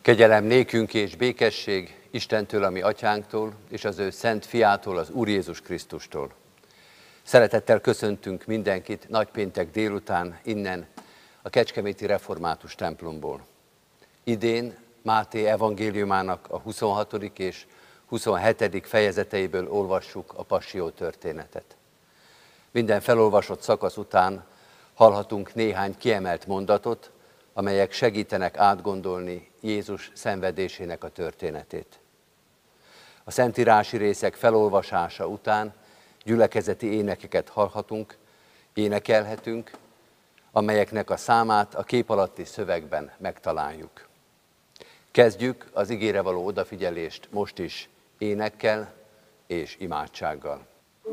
Kegyelem nékünk és békesség Istentől, a mi atyánktól, és az ő szent fiától, az Úr Jézus Krisztustól. Szeretettel köszöntünk mindenkit nagypéntek délután innen a Kecskeméti Református templomból. Idén Máté evangéliumának a 26. és 27. fejezeteiből olvassuk a passzió történetet. Minden felolvasott szakasz után hallhatunk néhány kiemelt mondatot, amelyek segítenek átgondolni Jézus szenvedésének a történetét. A szentírási részek felolvasása után gyülekezeti énekeket hallhatunk, énekelhetünk, amelyeknek a számát a kép alatti szövegben megtaláljuk. Kezdjük az igére való odafigyelést most is énekkel és imádsággal.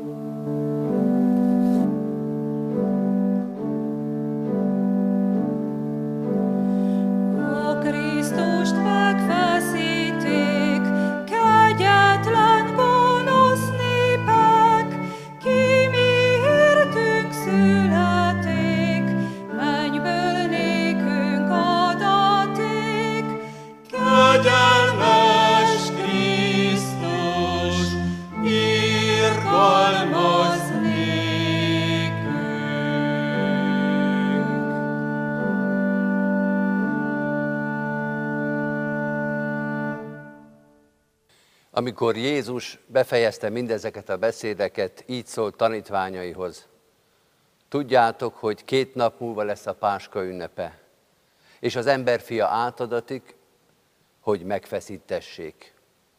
Amikor Jézus befejezte mindezeket a beszédeket, így szólt tanítványaihoz: tudjátok, hogy 2 nap múlva lesz a Páska ünnepe, és az emberfia átadatik, hogy megfeszítessék.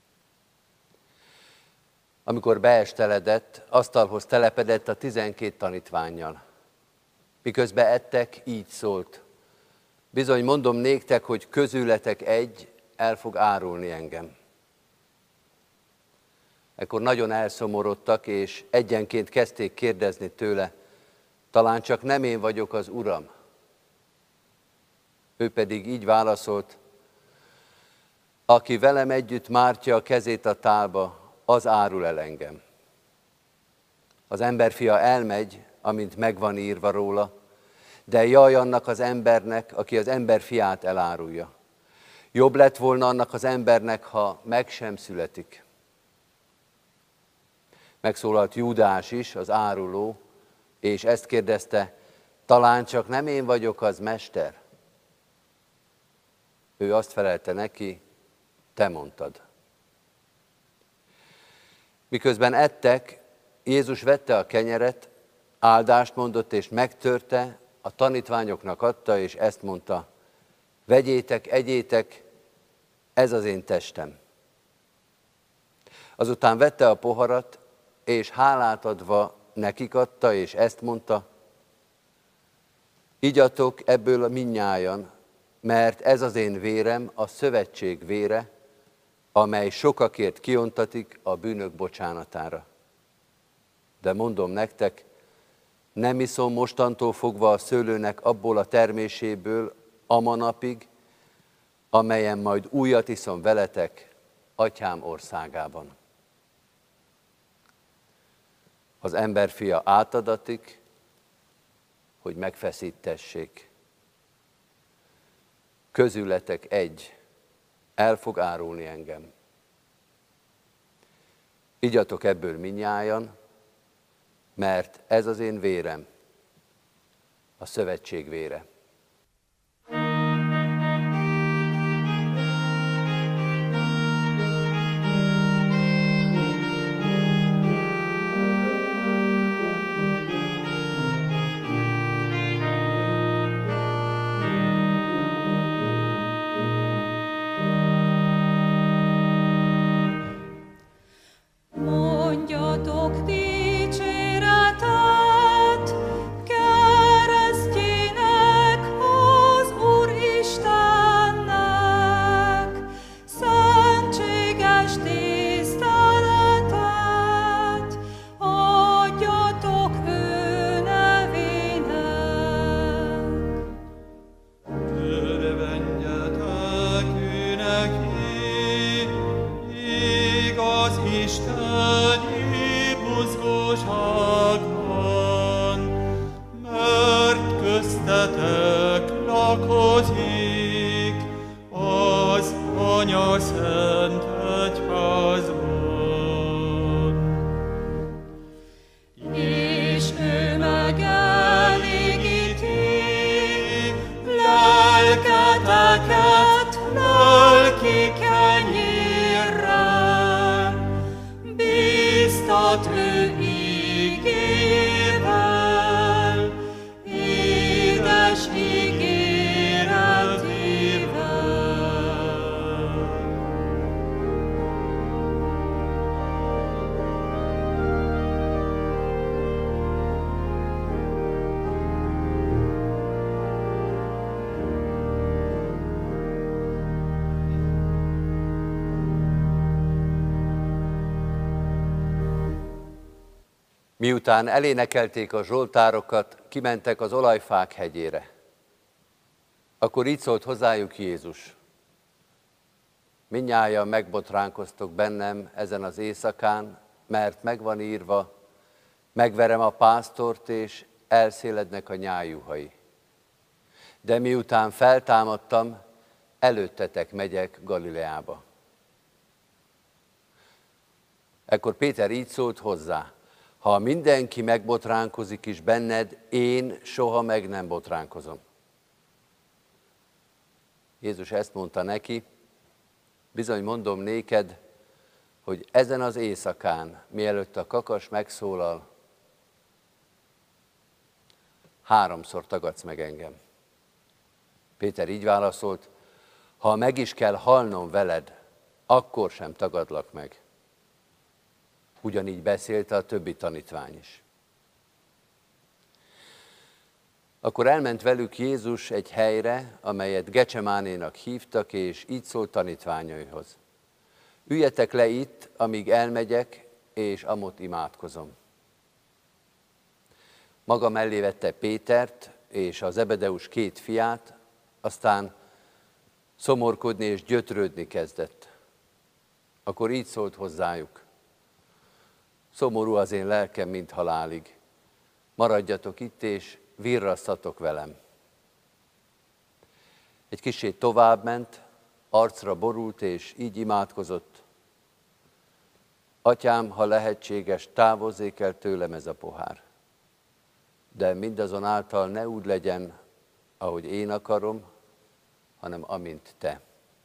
Amikor beesteledett, asztalhoz telepedett a 12 tanítvánnyal. Miközben ettek, így szólt: bizony mondom néktek, hogy közületek egy el fog árulni engem. Ekkor nagyon elszomorodtak, és egyenként kezdték kérdezni tőle: talán csak nem én vagyok az Uram? Ő pedig így válaszolt: aki velem együtt mártja a kezét a tálba, az árul el engem. Az emberfia elmegy, amint megvan írva róla, de jaj annak az embernek, aki az emberfiát elárulja. Jobb lett volna annak az embernek, ha meg sem születik. Megszólalt Júdás is, az áruló, és ezt kérdezte: talán csak nem én vagyok az, mester? Ő azt felelte neki: te mondtad. Miközben ettek, Jézus vette a kenyeret, áldást mondott és megtörte, a tanítványoknak adta, és ezt mondta: vegyétek, egyétek, ez az én testem. Azután vette a poharat, és hálát adva nekik adta, és ezt mondta: igyatok ebből mindnyájan, mert ez az én vérem, a szövetség vére, amely sokakért kiontatik a bűnök bocsánatára. De mondom nektek, nem iszom mostantól fogva a szőlőnek abból a terméséből a manapig, amelyen majd újat iszom veletek Atyám országában. Az emberfia átadatik, hogy megfeszítessék. Közületek egy el fog árulni engem. Igyatok ebből mindnyájan, mert ez az én vérem, a szövetség vére. köztetek lakozik, az Anya szent egyházban. És ő megelégíti lelketeket lelki kenyérrel, bíztat ő ígével, édes ígéretével. Miután elénekelték a zsoltárokat, kimentek az olajfák hegyére. Akkor így szólt hozzájuk Jézus: mindnyájan megbotránkoztok bennem ezen az éjszakán, mert megvan írva, megverem a pásztort, és elszélednek a nyájjuhai. De miután feltámadtam, előttetek megyek Galileába. Ekkor Péter így szólt hozzá: ha mindenki megbotránkozik is benned, én soha meg nem botránkozom. Jézus ezt mondta neki: bizony mondom néked, hogy ezen az éjszakán, mielőtt a kakas megszólal, 3-szor tagadsz meg engem. Péter így válaszolt: ha meg is kell halnom veled, akkor sem tagadlak meg. Ugyanígy beszélt a többi tanítvány is. Akkor elment velük Jézus egy helyre, amelyet Gecsemánénak hívtak, és így szólt tanítványaihoz: üljetek le itt, amíg elmegyek, és amott imádkozom. Maga mellé vette Pétert és a Zebedeus 2 fiát, aztán szomorkodni és gyötrődni kezdett. Akkor így szólt hozzájuk: szomorú az én lelkem, mint halálig. Maradjatok itt, és virrasszatok velem. Egy kicsit tovább ment, arcra borult, és így imádkozott: Atyám, ha lehetséges, távozzék el tőlem ez a pohár. De mindazonáltal ne úgy legyen, ahogy én akarom, hanem amint te.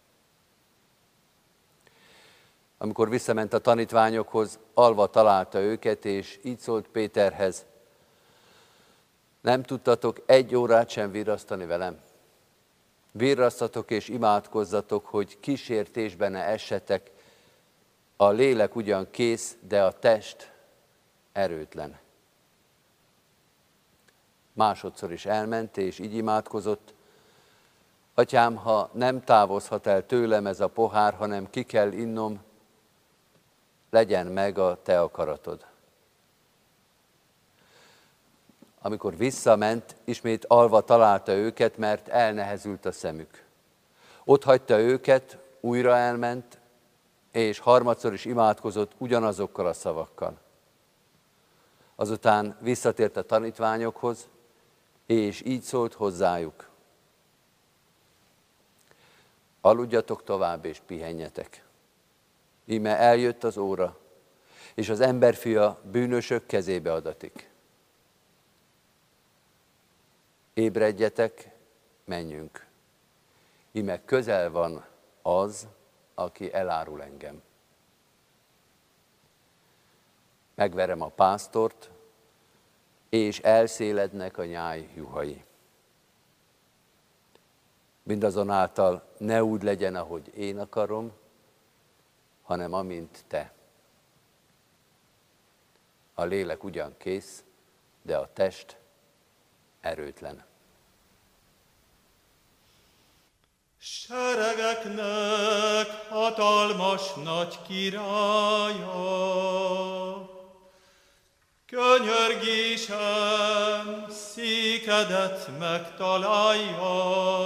Amikor visszament a tanítványokhoz, alva találta őket, és így szólt Péterhez: nem tudtatok 1 órát sem virrasztani velem? Virrasszatok és imádkozzatok, hogy kísértésbe ne essetek. A lélek ugyan kész, de a test erőtlen. Másodszor is elment, és így imádkozott: Atyám, ha nem távozhat el tőlem ez a pohár, hanem ki kell innom, legyen meg a te akaratod. Amikor visszament, ismét alva találta őket, mert elnehezült a szemük. Ott hagyta őket, újra elment, és harmadszor is imádkozott ugyanazokkal a szavakkal. Azután visszatért a tanítványokhoz, és így szólt hozzájuk: aludjatok tovább és pihenjetek. Íme eljött az óra, és az emberfia bűnösök kezébe adatik. Ébredjetek, menjünk. Íme közel van az, aki elárul engem. Megverem a pásztort, és elszélednek a nyájjuhai. Mindazonáltal ne úgy legyen, ahogy én akarom, hanem amint te. A lélek ugyan kész, de a test erőtlen. Seregeknek hatalmas nagy királya, könyörgésem székedet megtalálja,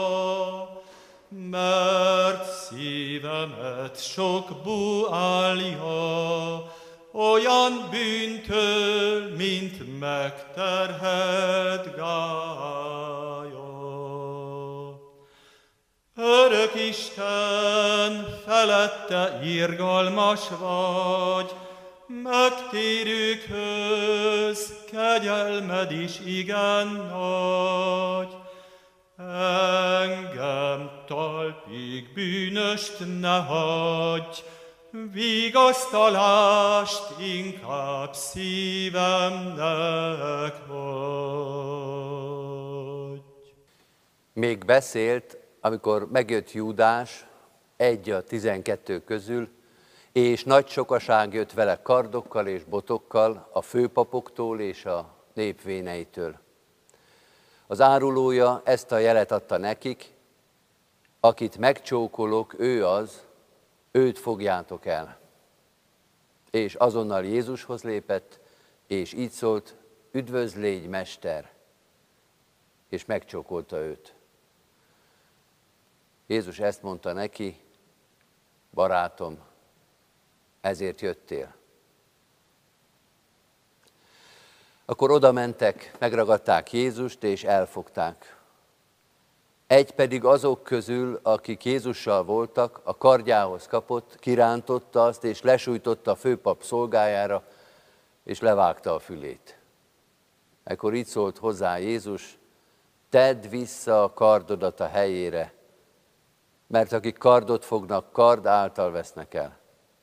mert szívemet sok bú állja, olyan bűntől, mint megterhelt gálya. Örök Isten, felette irgalmas vagy, megtérőkhöz kegyelmed is igen nagy. Engem talpig bűnöst ne hagyj, vigasztalást inkább szívemnek adj. Még beszélt, amikor megjött Júdás, egy a 12 közül, és nagy sokaság jött vele kardokkal és botokkal a főpapoktól és a nép véneitől. Az árulója ezt a jelet adta nekik: akit megcsókolok, ő az, őt fogjátok el. És azonnal Jézushoz lépett, és így szólt: üdvözl légy, Mester! És megcsókolta őt. Jézus ezt mondta neki: barátom, ezért jöttél. Akkor oda mentek, megragadták Jézust és elfogták. Egy pedig azok közül, akik Jézussal voltak, a kardjához kapott, kirántotta azt és lesújtotta a főpap szolgájára, és levágta a fülét. Ekkor így szólt hozzá Jézus: tedd vissza a kardodat a helyére, mert akik kardot fognak, kard által vesznek el.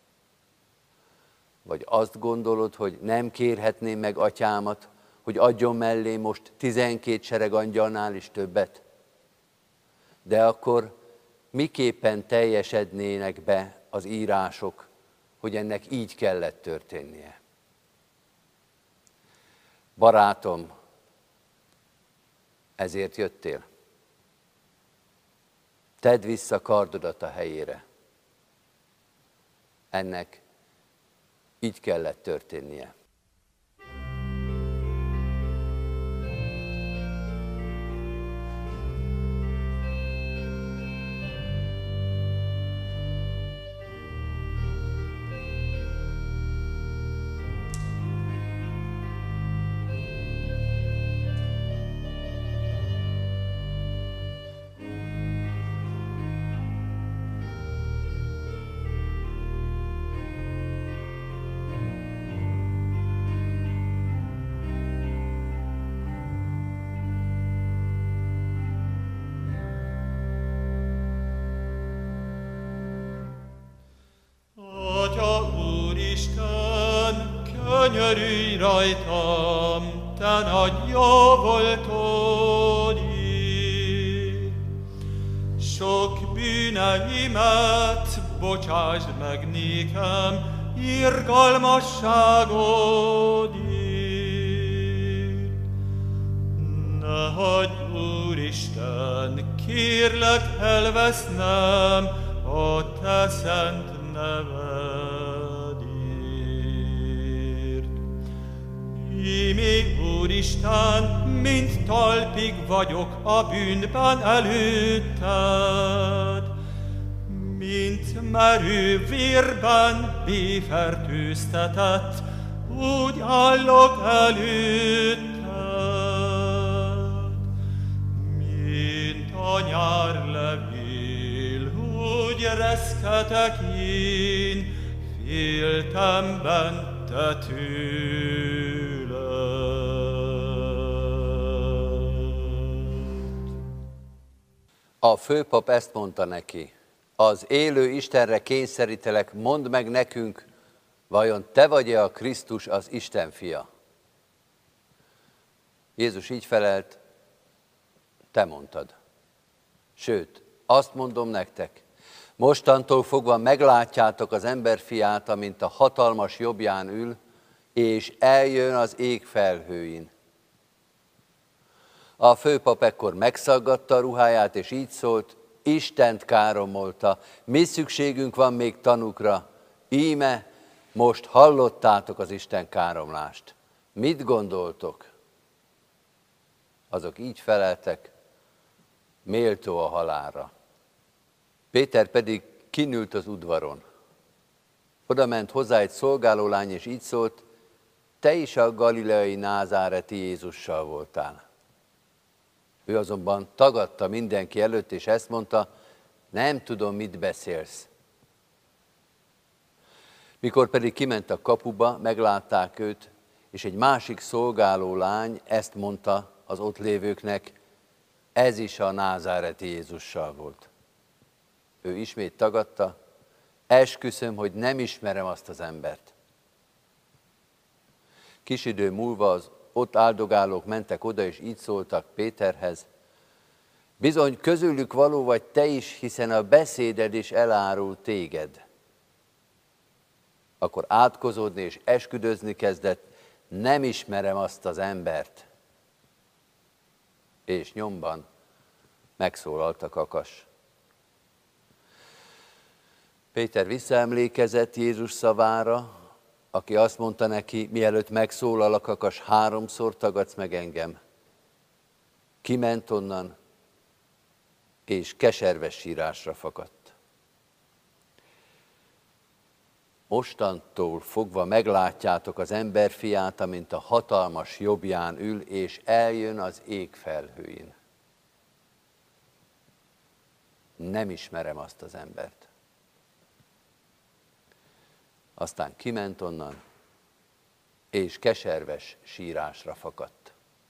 Vagy azt gondolod, hogy nem kérhetném meg atyámat, hogy adjon mellé most 12 sereg angyalnál is többet? De akkor miképpen teljesednének be az írások, hogy ennek így kellett történnie? Barátom, ezért jöttél? Tedd vissza kardodat a helyére. Ennek így kellett történnie. Könyörülj rajtam, te nagy jóvoltódi! Sok bűneimet bocsásd meg nékem, irgalmasságodért. Ne hagyd, Úristen, kérlek elvesznem a te szent nevedért. Ímé, Úristen, mint talpig vagyok a bűnben előtted, mint merő vérben béfertőztetett, úgy állok előtted. Mint a nyárlevél, úgy reszketek én, féltem bente tőled. A főpap ezt mondta neki: az élő Istenre kényszerítelek, mondd meg nekünk, vajon te vagy-e a Krisztus, az Isten fia? Jézus így felelt: te mondtad. Sőt, azt mondom nektek, mostantól fogva meglátjátok az emberfiát, amint a hatalmas jobbján ül, és eljön az ég felhőin. A főpap ekkor megszaggatta a ruháját, és így szólt: Istent káromolta, mi szükségünk van még tanúkra? Íme, most hallottátok az Isten káromlást. Mit gondoltok? Azok így feleltek: méltó a halálra. Péter pedig kinült az udvaron. Oda ment hozzá egy szolgálólány, és így szólt: te is a galileai názáreti Jézussal voltál. Ő azonban tagadta mindenki előtt, és ezt mondta: Nem tudom, mit beszélsz. Mikor pedig kiment a kapuba, meglátták őt, és egy másik szolgáló lány ezt mondta az ott lévőknek, ez is a názáreti Jézussal volt. Ő ismét tagadta, esküszöm, hogy nem ismerem azt az embert. Kis idő múlva az ott áldogálók mentek oda, és így szóltak Péterhez, bizony közülük való vagy te is, hiszen a beszéded is elárul téged. Akkor átkozódni és esküdözni kezdett, nem ismerem azt az embert. És nyomban megszólalt a kakas. Péter visszaemlékezett Jézus szavára, aki azt mondta neki, mielőtt megszólal a kakas, 3-szor tagadsz meg engem. Kiment onnan, és keserves sírásra fakadt. Mostantól fogva meglátjátok az emberfiát, amint a hatalmas jobbján ül, és eljön az ég felhőin. Nem ismerem azt az embert. Aztán kiment onnan, és keserves sírásra fakadt.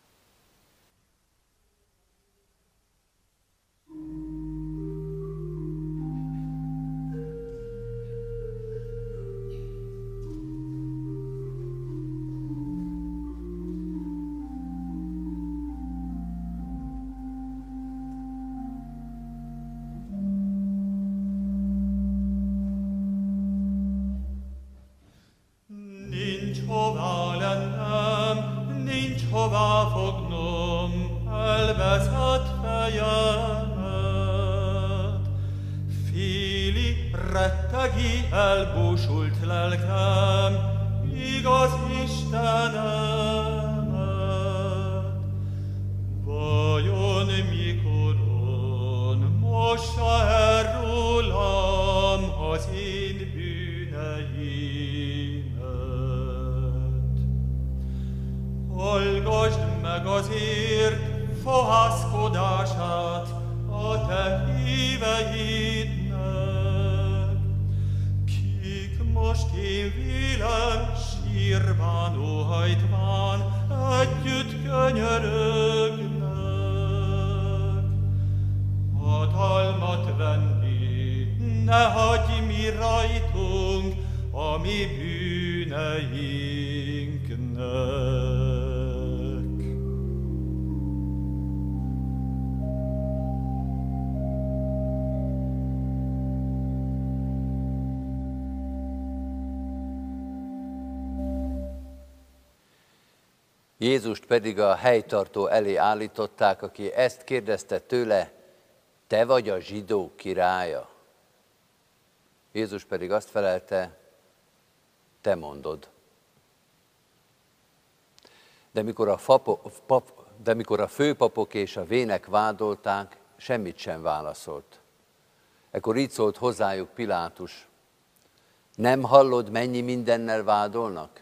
Hová lennem, nincs hová fognom elveszett fejemet. Féli, rettegi, elbúsult lelkem, igaz Istenemet. Vajon mikoron mossa el rólam az én hallgasd meg azért fohászkodását a te híveidnek, kik most én vélem sírván, óhajtván együtt könyörögnek. Hatalmat venni, ne hagyj mi rajtunk, a mi bűneinknek. Jézust pedig a helytartó elé állították, aki ezt kérdezte tőle, te vagy a zsidók királya? Jézus pedig azt felelte, te mondod. De mikor a főpapok és a vének vádolták, semmit sem válaszolt. Ekkor így szólt hozzájuk Pilátus, nem hallod, mennyi mindennel vádolnak?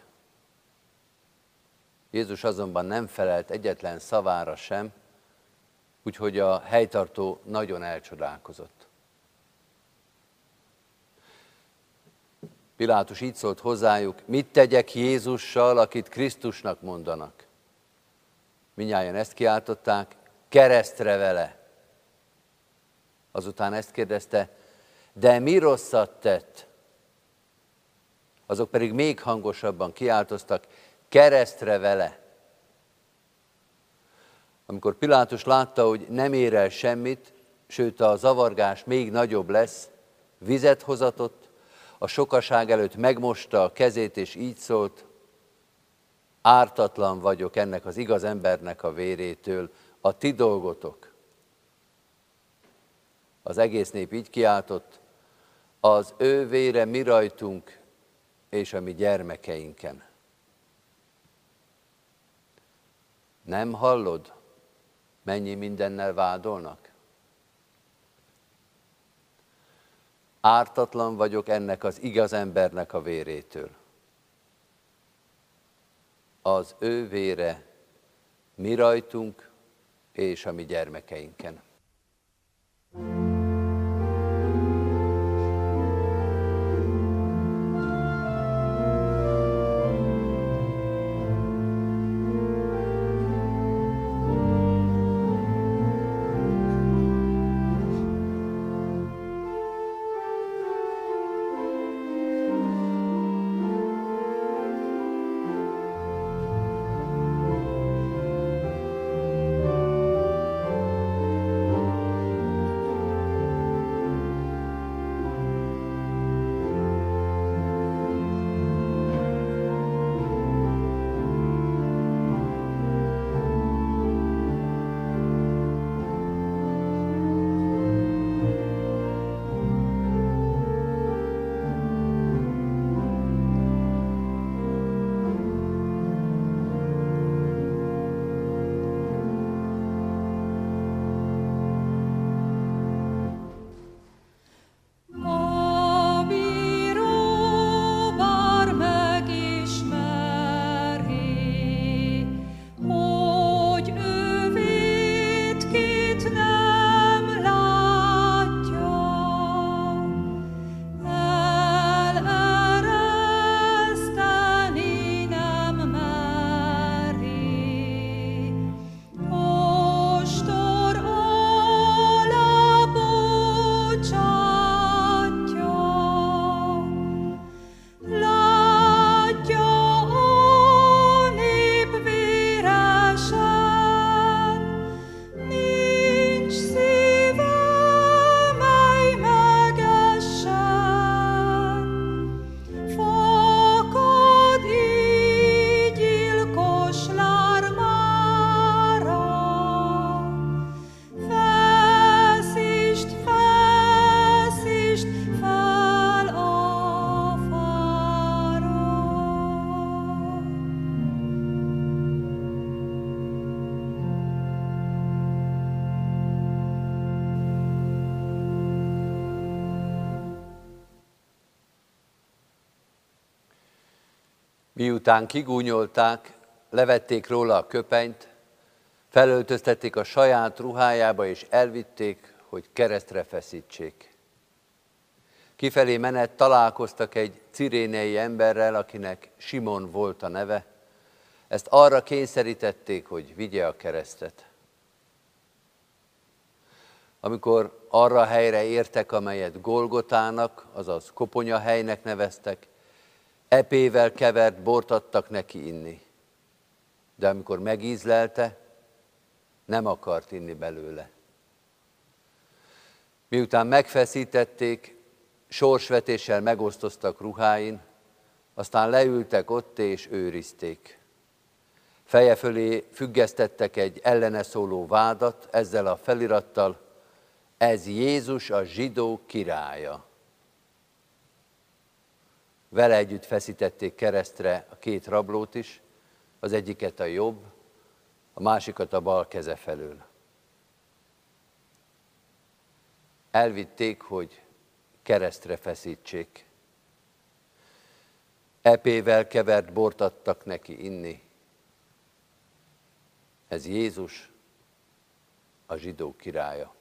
Jézus azonban nem felelt egyetlen szavára sem, úgyhogy a helytartó nagyon elcsodálkozott. Pilátus így szólt hozzájuk, mit tegyek Jézussal, akit Krisztusnak mondanak? Mindnyájan ezt kiáltották, keresztre vele. Azután ezt kérdezte, de mi rosszat tett? Azok pedig még hangosabban kiáltoztak, keresztre vele. Amikor Pilátus látta, hogy nem ér el semmit, sőt a zavargás még nagyobb lesz, vizet hozatott, a sokaság előtt megmosta a kezét, és így szólt, ártatlan vagyok ennek az igaz embernek a vérétől, a ti dolgotok. Az egész nép így kiáltott, az ő vére mi rajtunk és a mi gyermekeinken. Nem hallod, mennyi mindennel vádolnak? Ártatlan vagyok ennek az igaz embernek a vérétől. Az ő vére mi rajtunk és a mi gyermekeinken. Miután kigúnyolták, levették róla a köpenyt, felöltöztették a saját ruhájába, és elvitték, hogy keresztre feszítsék. Kifelé menet találkoztak egy cirénei emberrel, akinek Simon volt a neve. Ezt arra kényszerítették, hogy vigye a keresztet. Amikor arra a helyre értek, amelyet Golgotának, azaz koponyahelynek neveztek, epével kevert bort adtak neki inni. De amikor megízlelte, nem akart inni belőle. Miután megfeszítették, sorsvetéssel megosztoztak ruháin, aztán leültek ott és őrizték. Feje fölé függesztettek egy ellene szóló vádat, ezzel a felirattal: ez Jézus a zsidók királya. Vele együtt feszítették keresztre a két rablót is, az egyiket a jobb, a másikat a bal keze felől. Elvitték, hogy keresztre feszítsék. Epével kevert bort adtak neki inni. Ez Jézus, a zsidók királya.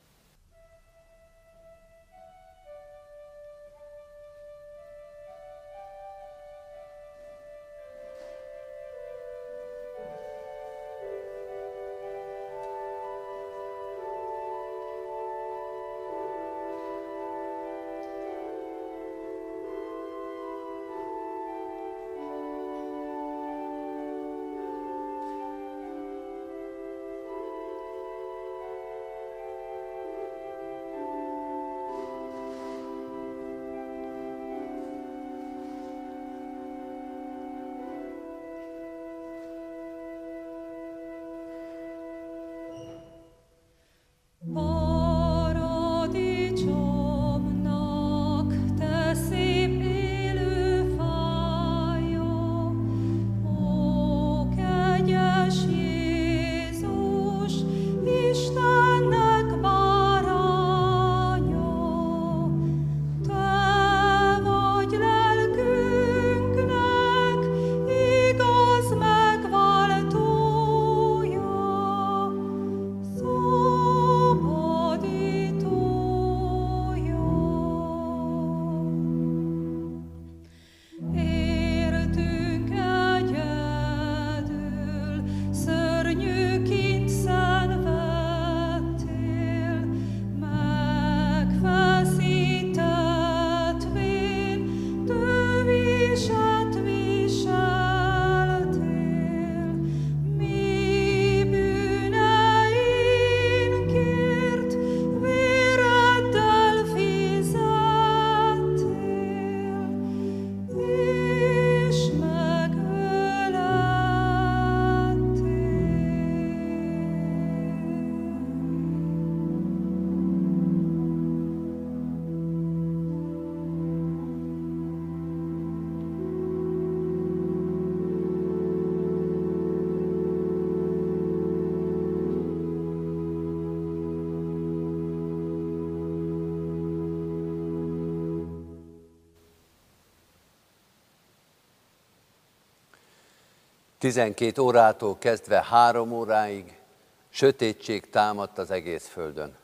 Tizenkét órától kezdve 3 óráig sötétség támadt az egész földön.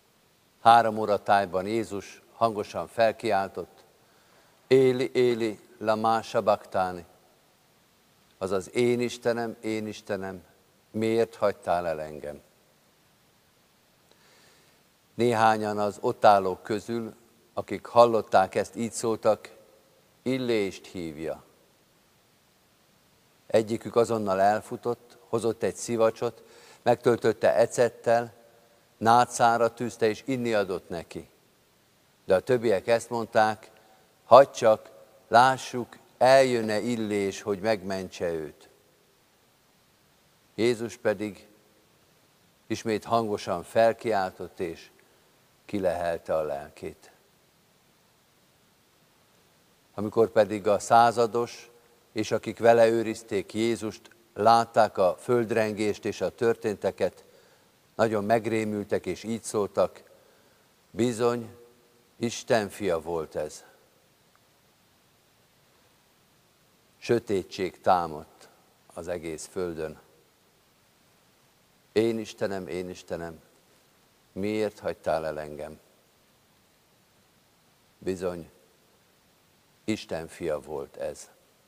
3 óra tájban Jézus hangosan felkiáltott: Éli, Éli, lama sabachthani, azaz én Istenem, miért hagytál el engem? Néhányan az ott állók közül, akik hallották ezt, így szóltak: Illést hívja. Egyikük azonnal elfutott, hozott egy szivacsot, megtöltötte ecettel, nátszára tűzte és inni adott neki. De a többiek ezt mondták: hagyd csak, lássuk, eljön-e Illés, hogy megmentse őt. Jézus pedig ismét hangosan felkiáltott és kilehelte a lelkét. Amikor pedig a százados és akik vele őrizték Jézust, látták a földrengést és a történteket, nagyon megrémültek és így szóltak: bizony, Isten fia volt ez. sötétség támadt az egész földön. Én Istenem, miért hagytál el engem? Bizony, Isten fia volt ez.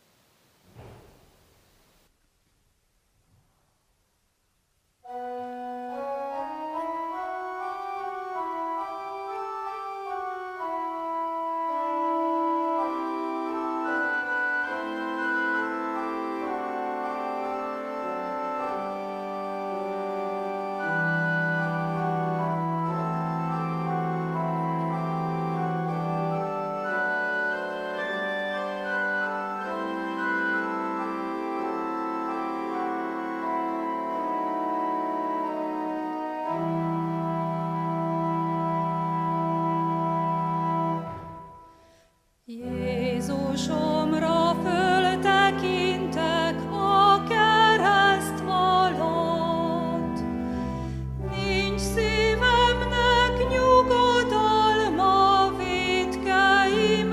Jézusomra föltekintek a kereszt alatt, nincs szívemnek nyugodalma vétkeim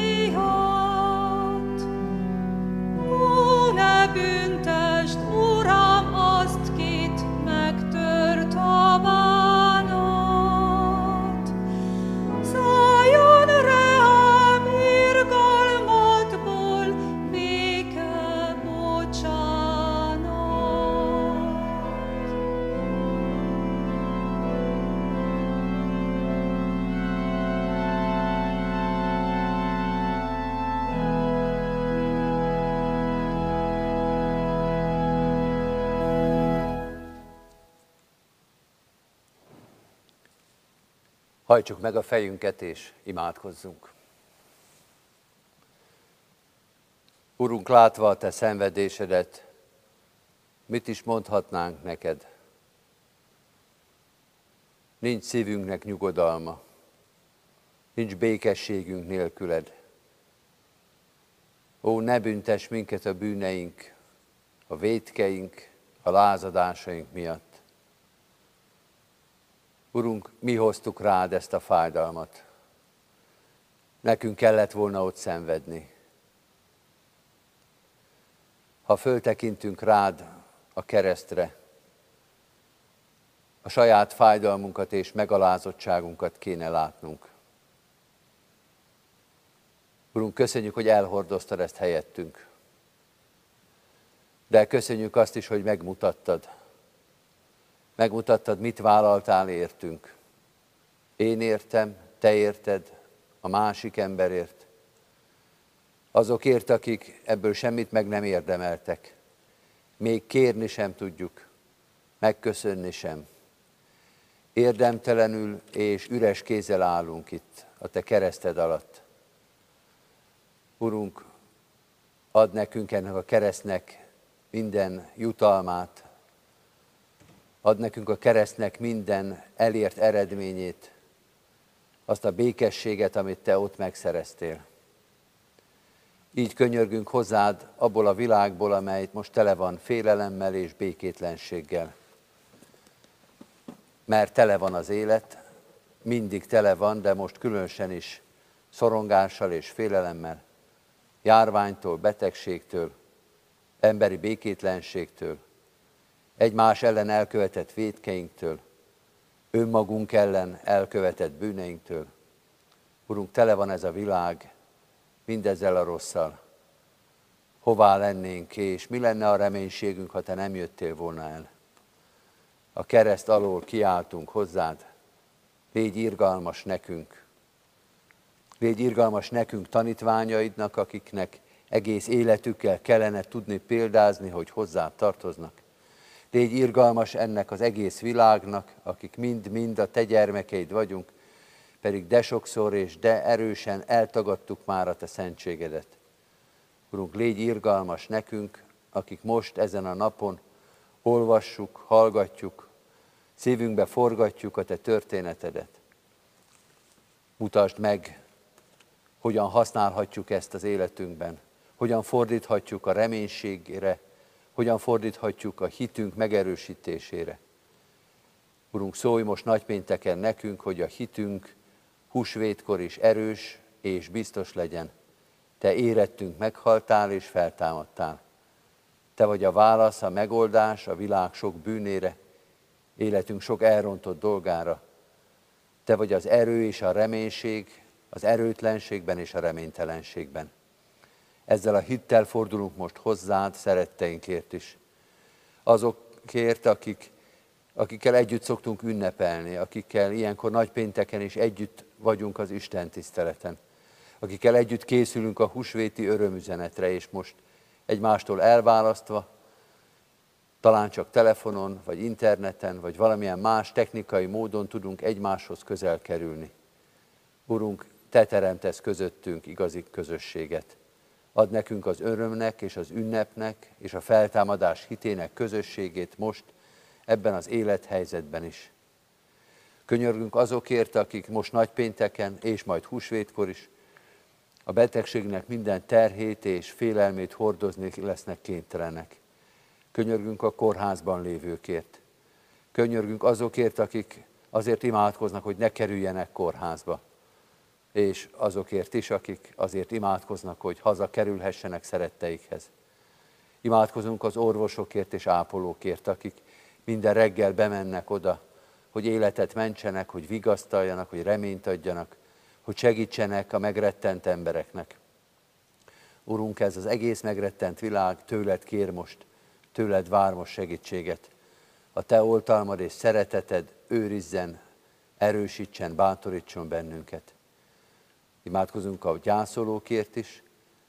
miatt. Ó, ne büntesd, Uram, azt, kit megtört a bánat. Szálljon rám irgalmadból béke, bocsánat. Hajtsuk meg a fejünket és imádkozzunk. Urunk, látva a Te szenvedésedet, mit is mondhatnánk neked? Nincs szívünknek nyugodalma, nincs békességünk nélküled. Ó, ne büntess minket a bűneink, a vétkeink, a lázadásaink miatt. Urunk, mi hoztuk rád ezt a fájdalmat. Nekünk kellett volna ott szenvedni. Ha föltekintünk rád a keresztre, a saját fájdalmunkat és megalázottságunkat kéne látnunk. Urunk, köszönjük, hogy elhordoztad ezt helyettünk. De köszönjük azt is, hogy megmutattad. Megmutattad, mit vállaltál értünk. Én értem, te érted, a másik emberért. Azokért, akik ebből semmit meg nem érdemeltek. Még kérni sem tudjuk, megköszönni sem. Érdemtelenül és üres kézzel állunk itt a te kereszted alatt. Urunk, add nekünk ennek a keresztnek minden jutalmát, add nekünk a keresztnek minden elért eredményét, azt a békességet, amit te ott megszereztél. Így könyörgünk hozzád abból a világból, amely most tele van félelemmel és békétlenséggel. Mert tele van az élet, mindig tele van, de most különösen is szorongással és félelemmel, járványtól, betegségtől, emberi békétlenségtől, egymás ellen elkövetett vétkeinktől, önmagunk ellen elkövetett bűneinktől. Urunk, tele van ez a világ mindezzel a rosszal. Hová lennénk, és mi lenne a reménységünk, ha te nem jöttél volna el? A kereszt alól kiáltunk hozzád, légy irgalmas nekünk. Légy irgalmas nekünk, tanítványaidnak, akiknek egész életükkel kellene tudni példázni, hogy hozzád tartoznak. Légy irgalmas ennek az egész világnak, akik mind-mind a te gyermekeid vagyunk, pedig de sokszor és de erősen eltagadtuk már a te szentségedet. Urunk, légy irgalmas nekünk, akik most ezen a napon olvassuk, hallgatjuk, szívünkbe forgatjuk a te történetedet. Mutasd meg, hogyan használhatjuk ezt az életünkben, hogyan fordíthatjuk a reménységére, hogyan fordíthatjuk a hitünk megerősítésére. Urunk, szólj most nagypénteken nekünk, hogy a hitünk húsvétkor is erős és biztos legyen, Te érettünk meghaltál és feltámadtál. Te vagy a válasz, a megoldás a világ sok bűnére, életünk sok elrontott dolgára. Te vagy az erő és a reménység, az erőtlenségben és a reménytelenségben. Ezzel a hittel fordulunk most hozzád, szeretteinkért is. Azokért, akikkel együtt szoktunk ünnepelni, akikkel ilyenkor nagypénteken is együtt vagyunk az Isten tiszteleten, akikkel együtt készülünk a húsvéti örömüzenetre, és most egymástól elválasztva, talán csak telefonon, vagy interneten, vagy valamilyen más technikai módon tudunk egymáshoz közel kerülni. Urunk, Te teremtesz közöttünk igazi közösséget. Add nekünk az örömnek és az ünnepnek és a feltámadás hitének közösségét most, ebben az élethelyzetben is. Könyörgünk azokért, akik most nagypénteken és majd húsvétkor is a betegségnek minden terhét és félelmét hordozni lesznek kénytelenek. Könyörgünk a kórházban lévőkért. Könyörgünk azokért, akik azért imádkoznak, hogy ne kerüljenek kórházba. És azokért is, akik azért imádkoznak, hogy hazakerülhessenek szeretteikhez. Imádkozunk az orvosokért és ápolókért, akik minden reggel bemennek oda, hogy életet mentsenek, hogy vigasztaljanak, hogy reményt adjanak, hogy segítsenek a megrettent embereknek. Urunk, ez az egész megrettent világ tőled kér most, tőled vár most segítséget. A Te oltalmad és szereteted őrizzen, erősítsen, bátorítson bennünket. Imádkozunk a gyászolókért is,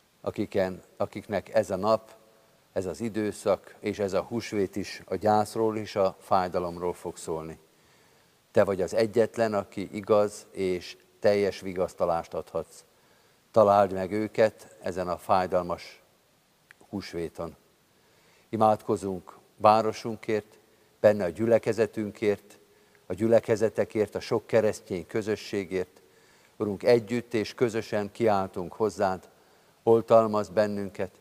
akiknek ez a nap, ez az időszak és ez a húsvét is a gyászról és a fájdalomról fog szólni. Te vagy az egyetlen, aki igaz és teljes vigasztalást adhatsz. Találd meg őket ezen a fájdalmas húsvéton. Imádkozunk városunkért, benne a gyülekezetünkért, a gyülekezetekért, a sok keresztény közösségért. Urunk, együtt és közösen kiáltunk hozzád, oltalmazz bennünket,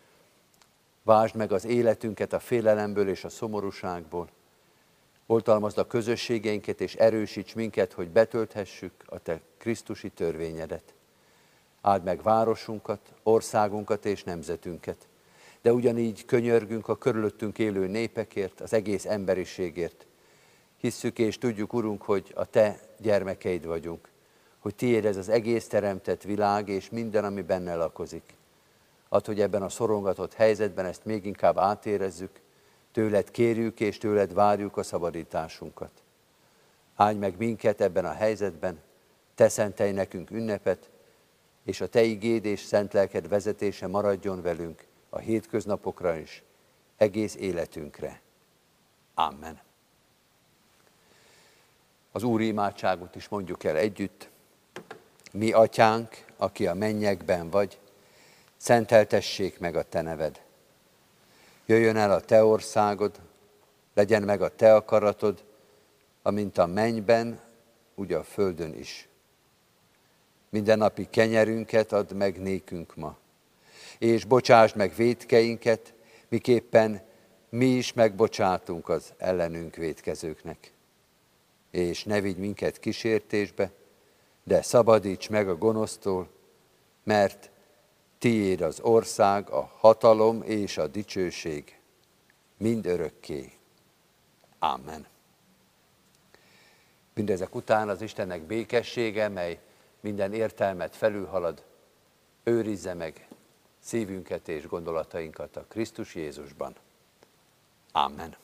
vásd meg az életünket a félelemből és a szomorúságból. Oltalmazd a közösségeinket és erősíts minket, hogy betölthessük a Te krisztusi törvényedet. Áld meg városunkat, országunkat és nemzetünket. De ugyanígy könyörgünk a körülöttünk élő népekért, az egész emberiségért. Hisszük és tudjuk, Urunk, hogy a Te gyermekeid vagyunk, hogy Tiéd ez az egész teremtett világ és minden, ami benne lakozik. Add, hogy ebben a szorongatott helyzetben ezt még inkább átérezzük, tőled kérjük és tőled várjuk a szabadításunkat. Áldj meg minket ebben a helyzetben, Te szentelj nekünk ünnepet, és a Te igéd és szent lelked vezetése maradjon velünk a hétköznapokra is, egész életünkre. Amen. Az Úri imádságot is mondjuk el együtt. Mi atyánk, aki a mennyekben vagy, szenteltessék meg a Te neved. Jöjjön el a Te országod, legyen meg a Te akaratod, amint a mennyben, úgy a földön is. Mindennapi kenyerünket add meg nékünk ma, és bocsásd meg vétkeinket, miképpen mi is megbocsátunk az ellenünk vétkezőknek. És ne vigy minket kísértésbe, de szabadíts meg a gonosztól, mert Tiéd az ország, a hatalom és a dicsőség mind örökké. Amen. Mindezek után az Istennek békessége, mely minden értelmet felülhalad, őrizze meg szívünket és gondolatainkat a Krisztus Jézusban. Amen.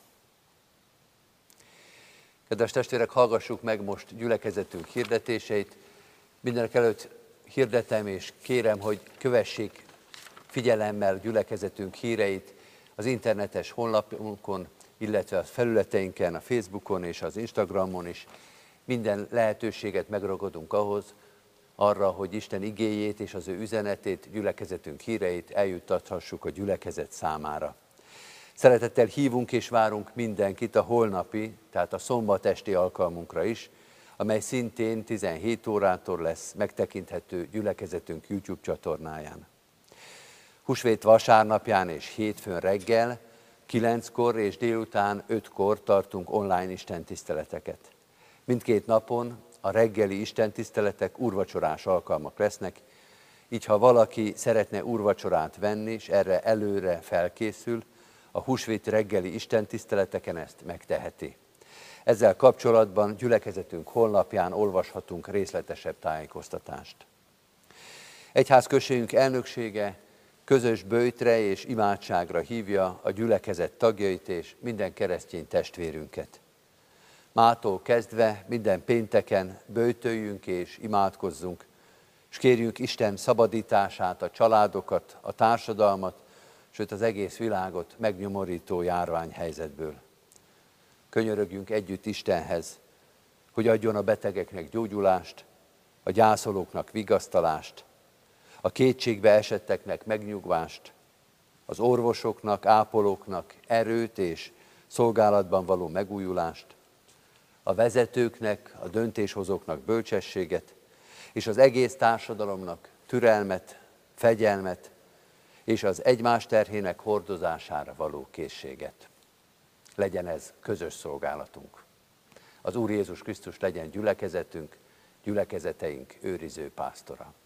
Kedves testvérek, hallgassuk meg most gyülekezetünk hirdetéseit. Mindenek előtt hirdetem és kérem, hogy kövessék figyelemmel gyülekezetünk híreit az internetes honlapunkon, illetve a felületeinken, a Facebookon és az Instagramon is. Minden lehetőséget megragadunk ahhoz, arra, hogy Isten igéjét és az ő üzenetét, gyülekezetünk híreit eljuttathassuk a gyülekezet számára. Szeretettel hívunk és várunk mindenkit a holnapi, tehát a szombat esti alkalmunkra is, amely szintén 17 órától lesz megtekinthető gyülekezetünk YouTube csatornáján. Húsvét vasárnapján és hétfőn reggel 9-kor és délután 5-kor tartunk online istentiszteleteket. Mindkét napon a reggeli istentiszteletek úrvacsorás alkalmak lesznek, Így, ha valaki szeretne úrvacsorát venni, és erre előre felkészül, a húsvét reggeli istentiszteleteken ezt megteheti. Ezzel kapcsolatban gyülekezetünk honlapján olvashatunk részletesebb tájékoztatást. Egyházközségünk elnöksége közös böjtre és imádságra hívja a gyülekezet tagjait és minden keresztény testvérünket. Mától kezdve minden pénteken böjtöljünk és imádkozzunk, és kérjünk Isten szabadítását, a családokat, a társadalmat, sőt az egész világot megnyomorító járványhelyzetből. Könyörögjünk együtt Istenhez, hogy adjon a betegeknek gyógyulást, a gyászolóknak vigasztalást, a kétségbe esetteknek megnyugvást, az orvosoknak, ápolóknak erőt és szolgálatban való megújulást, a vezetőknek, a döntéshozóknak bölcsességet, és az egész társadalomnak türelmet, fegyelmet, és az egymás terhének hordozására való készséget. Legyen ez közös szolgálatunk. Az Úr Jézus Krisztus legyen gyülekezetünk, gyülekezeteink őriző pásztora.